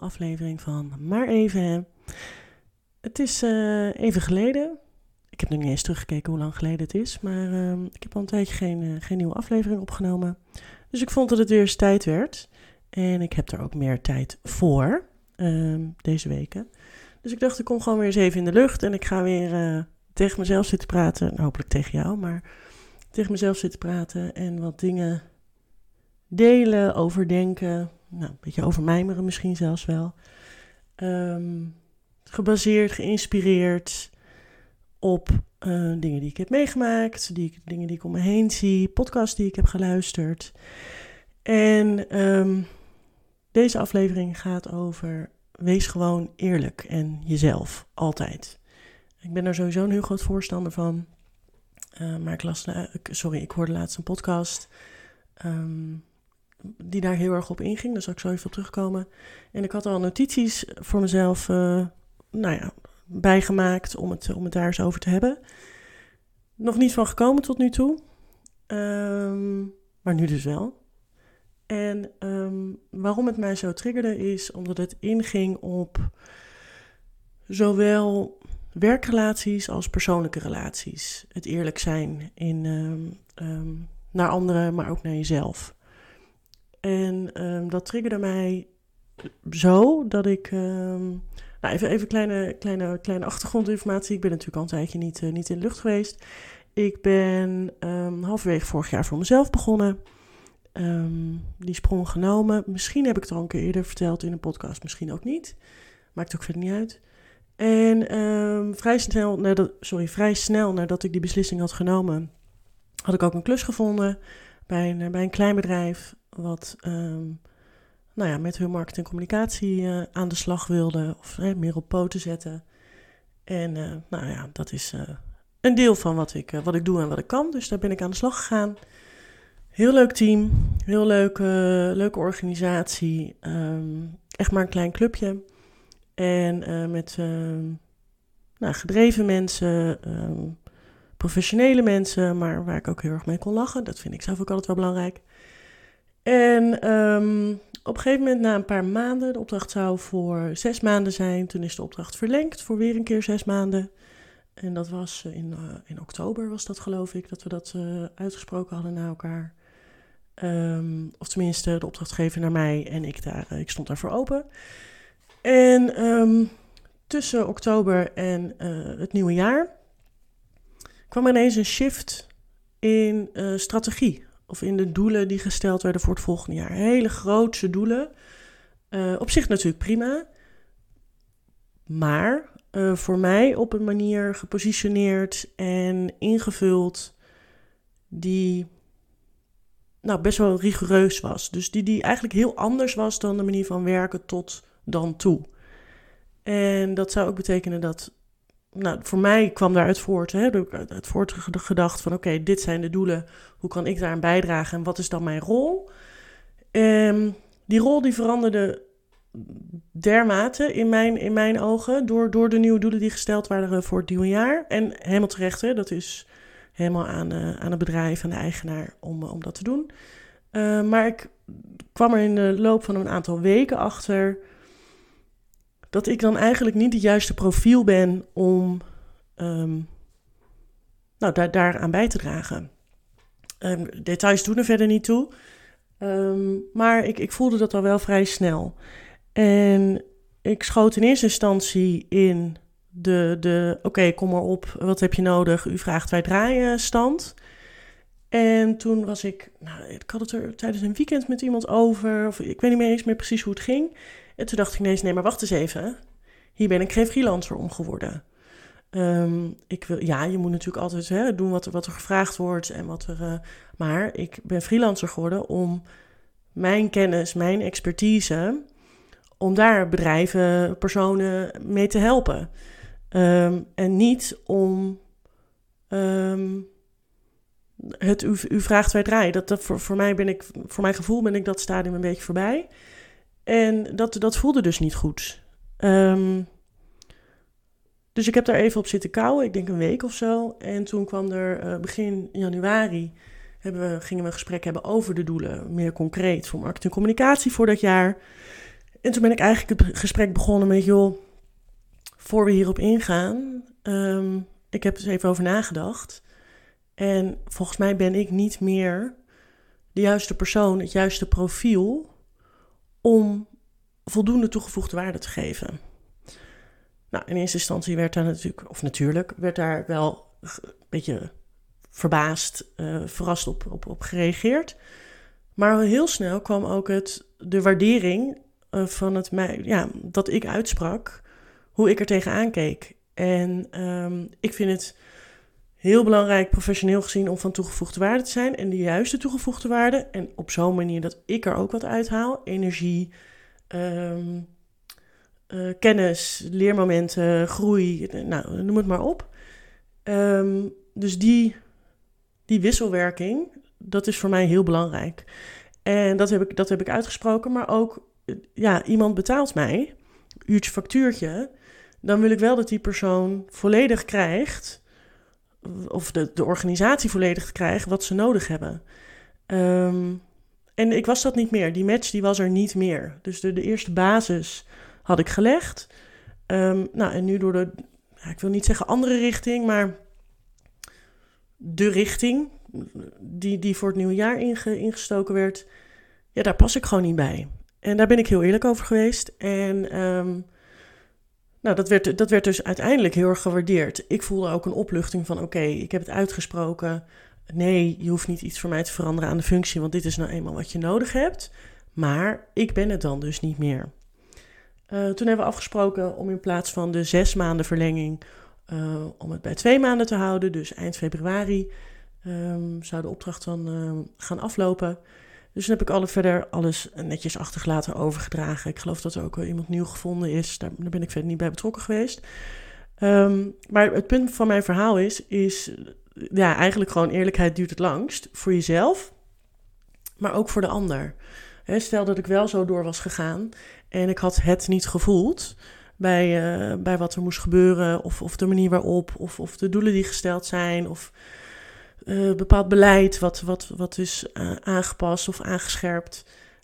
aflevering van Maar Even. Hè. Het is even geleden. Ik heb nog niet eens teruggekeken hoe lang geleden het is. Maar ik heb al een tijdje geen nieuwe aflevering opgenomen. Dus ik vond dat het weer eens tijd werd. En ik heb er ook meer tijd voor deze weken. Dus ik dacht, ik kom gewoon weer eens even in de lucht. En ik ga weer tegen mezelf zitten praten. Nou, hopelijk tegen jou, maar tegen mezelf zitten praten. En wat dingen delen, overdenken. Nou, een beetje overmijmeren misschien zelfs wel. Gebaseerd, geïnspireerd op dingen die ik heb meegemaakt. Dingen die ik om me heen zie. Podcasts die ik heb geluisterd. En deze aflevering gaat over: wees gewoon eerlijk en jezelf, altijd. Ik ben er sowieso een heel groot voorstander van. Maar ik hoorde laatst een podcast die daar heel erg op inging. Daar zal ik zo even op terugkomen. En ik had al notities voor mezelf bijgemaakt om het daar eens over te hebben. Nog niet van gekomen tot nu toe. Maar nu dus wel. En waarom het mij zo triggerde is omdat het inging op zowel werkrelaties als persoonlijke relaties. Het eerlijk zijn naar anderen, maar ook naar jezelf. En dat triggerde mij zo dat ik... even kleine achtergrondinformatie. Ik ben natuurlijk al een tijdje niet in de lucht geweest. Ik ben halverwege vorig jaar voor mezelf begonnen. Die sprong genomen. Misschien heb ik het al een keer eerder verteld in een podcast, misschien ook niet. Maakt ook verder niet uit. En vrij snel nadat ik die beslissing had genomen, had ik ook een klus gevonden bij een klein bedrijf wat met hun marketing en communicatie aan de slag wilde of meer op poten zetten. En dat is een deel van wat ik doe en wat ik kan. Dus daar ben ik aan de slag gegaan. Heel leuk team, heel leuke organisatie. Echt maar een klein clubje. En met gedreven mensen, professionele mensen, maar waar ik ook heel erg mee kon lachen. Dat vind ik zelf ook altijd wel belangrijk. En op een gegeven moment, na een paar maanden, de opdracht zou voor 6 maanden zijn. Toen is de opdracht verlengd voor weer een keer 6 maanden. En dat was in oktober was dat, geloof ik, dat we dat uitgesproken hadden naar elkaar. Of tenminste, de opdrachtgever naar mij en ik stond daarvoor open. En tussen oktober en het nieuwe jaar kwam er ineens een shift in strategie. Of in de doelen die gesteld werden voor het volgende jaar. Hele grootse doelen. Op zich natuurlijk prima. Maar voor mij op een manier gepositioneerd en ingevuld die best wel rigoureus was. Dus die eigenlijk heel anders was dan de manier van werken tot dan toe. En dat zou ook betekenen dat... voor mij kwam daaruit voort, uit voortgedacht van oké, dit zijn de doelen. Hoe kan ik daaraan bijdragen en wat is dan mijn rol? Die rol die veranderde dermate in mijn ogen door de nieuwe doelen die gesteld waren voor het nieuwe jaar. En helemaal terecht, dat is helemaal aan het bedrijf, aan de eigenaar om dat te doen. Maar ik kwam er in de loop van een aantal weken achter dat ik dan eigenlijk niet het juiste profiel ben om daaraan bij te dragen. Details doen er verder niet toe. Maar ik voelde dat al wel vrij snel. En ik schoot in eerste instantie in oké, kom maar op, wat heb je nodig? U vraagt, wij draaien stand. En toen was ik had het er tijdens een weekend met iemand over, of ik weet niet meer eens meer precies hoe het ging. En toen dacht ik ineens, nee, maar wacht eens even. Hier ben ik geen freelancer om geworden. Je moet natuurlijk altijd doen wat er gevraagd wordt. Maar ik ben freelancer geworden om mijn kennis, mijn expertise, om daar bedrijven, personen mee te helpen. En niet om u vraagt, wij draaien. Voor mijn gevoel ben ik dat stadium een beetje voorbij. En dat voelde dus niet goed. Dus ik heb daar even op zitten kauwen, ik denk een week of zo. En toen kwam er begin januari, gingen we een gesprek hebben over de doelen, meer concreet voor marketing en communicatie voor dat jaar. En toen ben ik eigenlijk het gesprek begonnen met, joh, voor we hierop ingaan, ik heb er eens even over nagedacht. En volgens mij ben ik niet meer de juiste persoon, het juiste profiel om voldoende toegevoegde waarde te geven. Nou, in eerste instantie werd daar wel een beetje verbaasd, verrast op gereageerd. Maar heel snel kwam ook de waardering van dat ik uitsprak, hoe ik er tegenaan keek. En ik vind het heel belangrijk, professioneel gezien, om van toegevoegde waarde te zijn. En de juiste toegevoegde waarde. En op zo'n manier dat ik er ook wat uithaal. Energie, kennis, leermomenten, groei. Nou, noem het maar op. Dus die wisselwerking, dat is voor mij heel belangrijk. En dat heb ik uitgesproken. Maar ook, iemand betaalt mij, uurtje factuurtje. Dan wil ik wel dat die persoon volledig krijgt, of de organisatie volledig krijgt, wat ze nodig hebben. En ik was dat niet meer. Die match die was er niet meer. Dus de eerste basis had ik gelegd. En nu door ik wil niet zeggen andere richting, maar de richting die voor het nieuwe jaar ingestoken werd, daar pas ik gewoon niet bij. En daar ben ik heel eerlijk over geweest. En dat werd dus uiteindelijk heel erg gewaardeerd. Ik voelde ook een opluchting van, oké, ik heb het uitgesproken. Nee, je hoeft niet iets voor mij te veranderen aan de functie, want dit is nou eenmaal wat je nodig hebt. Maar ik ben het dan dus niet meer. Toen hebben we afgesproken om in plaats van de 6 maanden verlenging, om het bij 2 maanden te houden. Dus eind februari zou de opdracht dan gaan aflopen. Dus toen heb ik alles netjes achtergelaten, overgedragen. Ik geloof dat er ook wel iemand nieuw gevonden is. Daar ben ik verder niet bij betrokken geweest. Maar het punt van mijn verhaal is eigenlijk gewoon eerlijkheid duurt het langst. Voor jezelf, maar ook voor de ander. Stel dat ik wel zo door was gegaan en ik had het niet gevoeld bij wat er moest gebeuren, of de manier waarop, of de doelen die gesteld zijn, of bepaald beleid wat is aangepast of aangescherpt.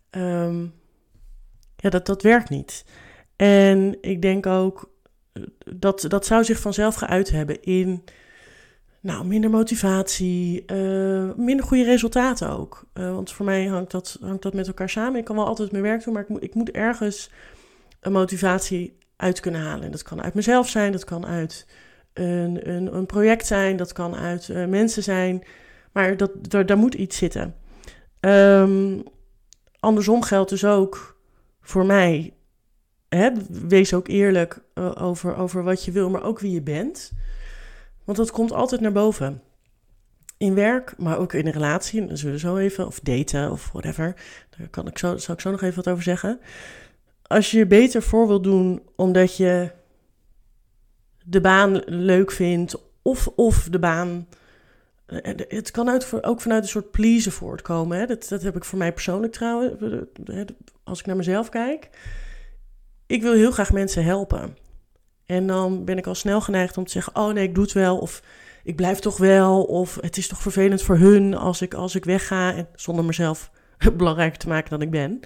Dat werkt niet. En ik denk ook dat zou zich vanzelf geuit hebben in minder motivatie, minder goede resultaten ook. Want voor mij hangt dat met elkaar samen. Ik kan wel altijd mijn werk doen, maar ik moet ergens een motivatie uit kunnen halen. En dat kan uit mezelf zijn, dat kan uit een project zijn, dat kan uit mensen zijn. Maar daar moet iets zitten. Andersom geldt dus ook voor mij. Wees ook eerlijk over wat je wil, maar ook wie je bent. Want dat komt altijd naar boven. In werk, maar ook in een relatie. En dan zullen we zo even, of daten of whatever. Daar zal ik zo nog even wat over zeggen. Als je je beter voor wil doen omdat je de baan leuk vindt, of de baan. Het kan ook vanuit een soort pleasen voortkomen. Hè? Dat heb ik voor mij persoonlijk trouwens. Als ik naar mezelf kijk. Ik wil heel graag mensen helpen. En dan ben ik al snel geneigd om te zeggen, oh nee, ik doe het wel. Of ik blijf toch wel. Of het is toch vervelend voor hun als ik wegga. En zonder mezelf belangrijker te maken dan ik ben.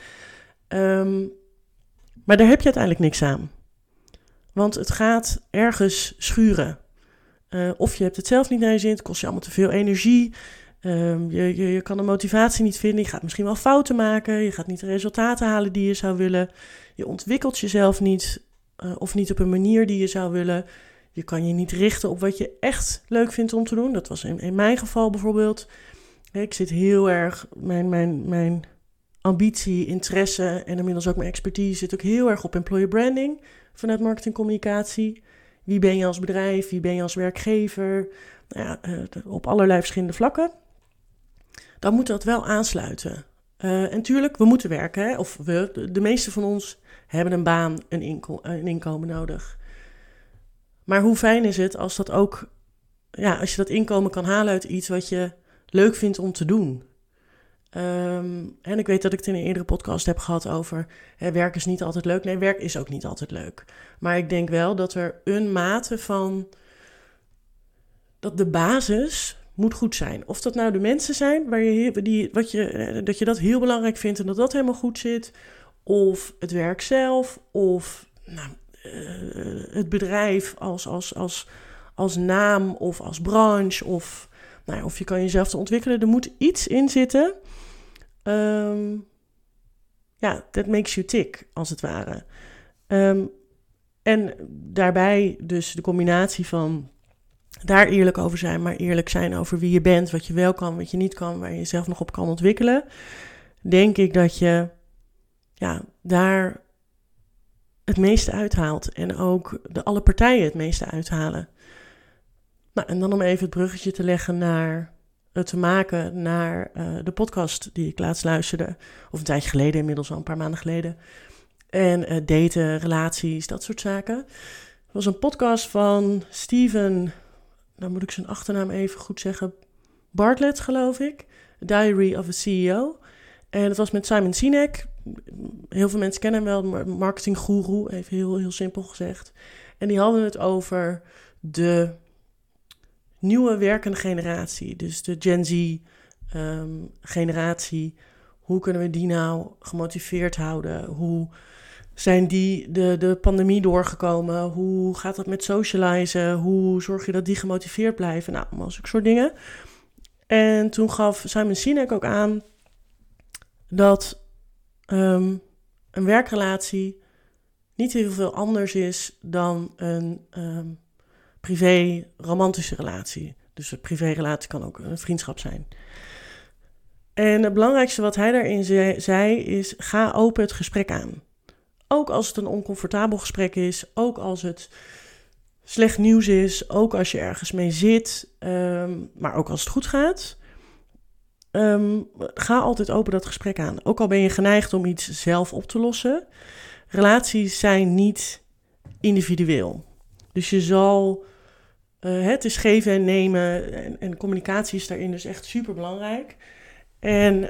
Maar daar heb je uiteindelijk niks aan. Want het gaat ergens schuren. Of je hebt het zelf niet naar je zin. Het kost je allemaal te veel energie. Je kan de motivatie niet vinden. Je gaat misschien wel fouten maken. Je gaat niet de resultaten halen die je zou willen. Je ontwikkelt jezelf niet. Of niet op een manier die je zou willen. Je kan je niet richten op wat je echt leuk vindt om te doen. Dat was in mijn geval bijvoorbeeld. Ik zit heel erg, mijn ambitie, interesse en inmiddels ook mijn expertise zit ook heel erg op employer branding vanuit marketingcommunicatie. Wie ben je als bedrijf? Wie ben je als werkgever? Op allerlei verschillende vlakken. Dan moet dat wel aansluiten. En tuurlijk, we moeten werken. Hè? Of de meeste van ons hebben een baan, een inkomen nodig. Maar hoe fijn is het als dat ook, als je dat inkomen kan halen uit iets wat je leuk vindt om te doen. En ik weet dat ik het in een eerdere podcast heb gehad over werk is niet altijd leuk. Nee, werk is ook niet altijd leuk. Maar ik denk wel dat er een mate van, dat de basis moet goed zijn. Of dat nou de mensen zijn dat je dat heel belangrijk vindt en dat helemaal goed zit. of het werk zelf, of het bedrijf als naam of als branche, of je kan jezelf te ontwikkelen. Er moet iets in zitten, that makes you tick, als het ware. En daarbij dus de combinatie van daar eerlijk over zijn, maar eerlijk zijn over wie je bent, wat je wel kan, wat je niet kan, waar je jezelf nog op kan ontwikkelen. Denk ik dat je daar het meeste uithaalt en ook alle partijen het meeste uithalen. Nou, en dan om even het bruggetje te leggen naar de podcast die ik laatst luisterde, of een tijdje geleden, inmiddels al een paar maanden geleden. En daten, relaties, dat soort zaken. Het was een podcast van Steven, nou moet ik zijn achternaam even goed zeggen, Bartlett, geloof ik. Diary of a CEO. En het was met Simon Sinek. Heel veel mensen kennen hem wel, marketinggoeroe, even heel simpel gezegd. En die hadden het over de nieuwe werkende generatie. Dus de Gen Z generatie. Hoe kunnen we die nou gemotiveerd houden? Hoe zijn die de pandemie doorgekomen? Hoe gaat dat met socializen? Hoe zorg je dat die gemotiveerd blijven? Nou, allemaal zulke soort dingen. En toen gaf Simon Sinek ook aan dat een werkrelatie niet heel veel anders is dan een privé-romantische relatie. Dus een privé-relatie kan ook een vriendschap zijn. En het belangrijkste wat hij daarin zei is: ga open het gesprek aan. Ook als het een oncomfortabel gesprek is, ook als het slecht nieuws is, ook als je ergens mee zit, maar ook als het goed gaat. Ga altijd open dat gesprek aan. Ook al ben je geneigd om iets zelf op te lossen. Relaties zijn niet individueel. Dus je zal, het is geven en nemen en communicatie is daarin dus echt super belangrijk. En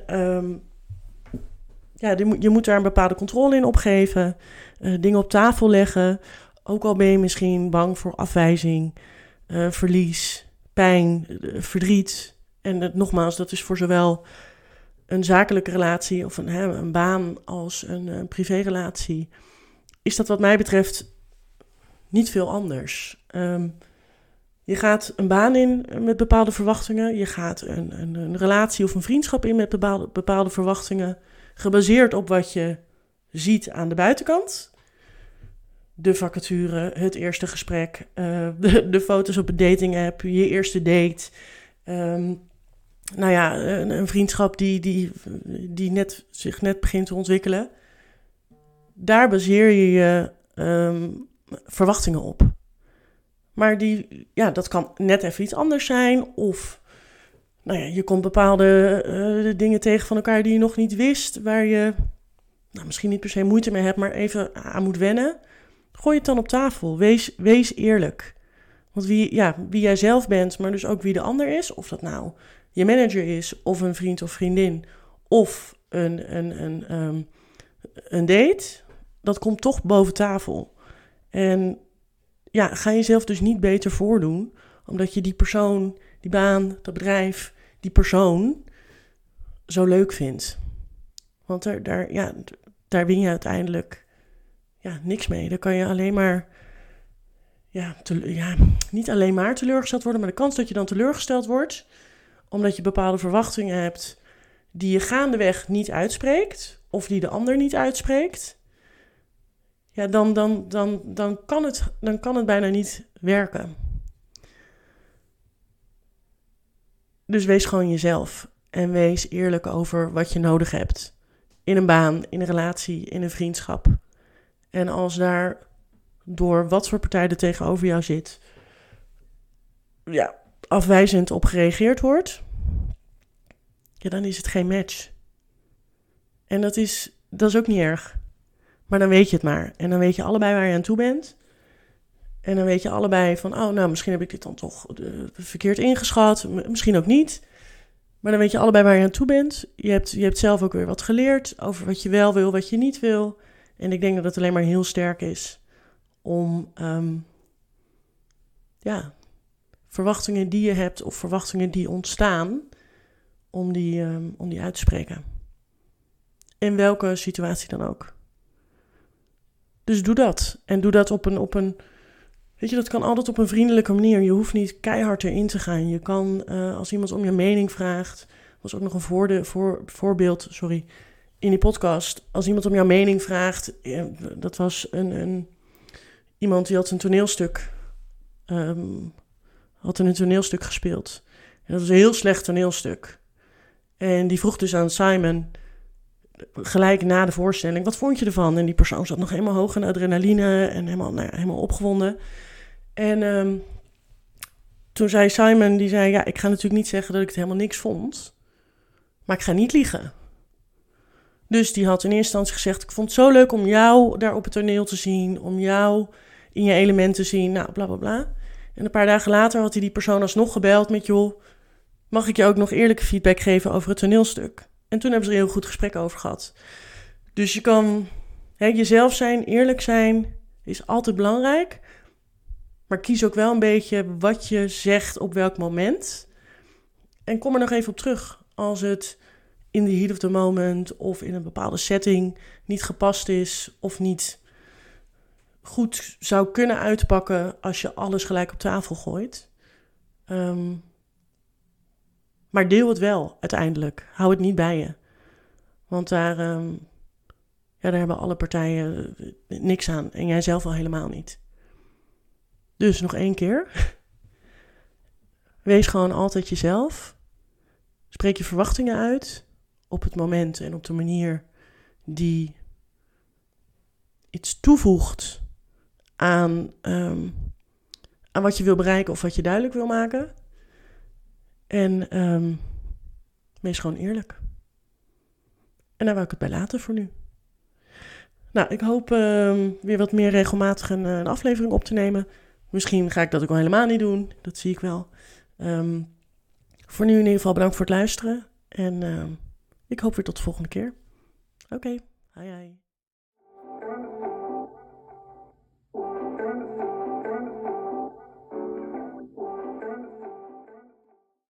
je moet daar een bepaalde controle in opgeven. Dingen op tafel leggen. Ook al ben je misschien bang voor afwijzing, verlies, pijn, verdriet. En nogmaals, dat is voor zowel een zakelijke relatie of een baan als een privérelatie. Is dat wat mij betreft niet veel anders. Je gaat een baan in met bepaalde verwachtingen. Je gaat een relatie of een vriendschap in met bepaalde verwachtingen. Gebaseerd op wat je ziet aan de buitenkant. De vacature, het eerste gesprek, de foto's op een dating app, je eerste date. Een vriendschap die zich net begint te ontwikkelen. Daar baseer je je verwachtingen op. Maar dat kan net even iets anders zijn. Of je komt bepaalde dingen tegen van elkaar die je nog niet wist. Waar je misschien niet per se moeite mee hebt, maar even aan moet wennen. Gooi het dan op tafel. Wees eerlijk. Want wie jij zelf bent, maar dus ook wie de ander is. Of dat nou je manager is, of een vriend of vriendin. Of een date. Dat komt toch boven tafel. En ga jezelf dus niet beter voordoen. Omdat je die persoon, die baan, dat bedrijf, die persoon zo leuk vindt. Want daar win je uiteindelijk niks mee. Dan kan je alleen maar niet alleen maar teleurgesteld worden, maar de kans dat je dan teleurgesteld wordt, omdat je bepaalde verwachtingen hebt die je gaandeweg niet uitspreekt, of die de ander niet uitspreekt, dan kan het bijna niet werken. Dus wees gewoon jezelf en wees eerlijk over wat je nodig hebt. In een baan, in een relatie, in een vriendschap. En als daar door wat voor partij er tegenover jou zit, afwijzend op gereageerd wordt, dan is het geen match. En dat is ook niet erg. Maar dan weet je het maar. En dan weet je allebei waar je aan toe bent. En dan weet je allebei van, misschien heb ik dit dan toch verkeerd ingeschat. Misschien ook niet. Maar dan weet je allebei waar je aan toe bent. Je hebt zelf ook weer wat geleerd over wat je wel wil, wat je niet wil. En ik denk dat het alleen maar heel sterk is om verwachtingen die je hebt of verwachtingen die ontstaan, om die uit te spreken. In welke situatie dan ook. Dus doe dat. En doe dat op een weet je, dat kan altijd op een vriendelijke manier. Je hoeft niet keihard erin te gaan. Je kan, als iemand om je mening vraagt, was ook nog een voorbeeld, in die podcast. Als iemand om jouw mening vraagt, dat was iemand die had een toneelstuk gespeeld. En dat was een heel slecht toneelstuk. En die vroeg dus aan Simon, gelijk na de voorstelling, wat vond je ervan? En die persoon zat nog helemaal hoog in adrenaline en helemaal opgewonden. En toen zei Simon, die zei, ja, ik ga natuurlijk niet zeggen dat ik het helemaal niks vond, maar ik ga niet liegen. Dus die had in eerste instantie gezegd, ik vond het zo leuk om jou daar op het toneel te zien, om jou in je element te zien, nou, bla, bla, bla. En een paar dagen later had hij die persoon alsnog gebeld met, joh, mag ik je ook nog eerlijke feedback geven over het toneelstuk? En toen hebben ze er een heel goed gesprek over gehad. Dus je kan jezelf zijn, eerlijk zijn, is altijd belangrijk. Maar kies ook wel een beetje wat je zegt op welk moment. En kom er nog even op terug als het in the heat of the moment of in een bepaalde setting niet gepast is of niet goed zou kunnen uitpakken als je alles gelijk op tafel gooit. Maar deel het wel uiteindelijk. Hou het niet bij je. Want daar hebben alle partijen niks aan. En jij zelf al helemaal niet. Dus nog 1 keer. Wees gewoon altijd jezelf. Spreek je verwachtingen uit. Op het moment en op de manier die iets toevoegt aan wat je wil bereiken of wat je duidelijk wil maken. En wees gewoon eerlijk. En daar wou ik het bij laten voor nu. Nou, ik hoop weer wat meer regelmatig een aflevering op te nemen. Misschien ga ik dat ook wel helemaal niet doen. Dat zie ik wel. Voor nu in ieder geval bedankt voor het luisteren. En ik hoop weer tot de volgende keer. Oké, hoi.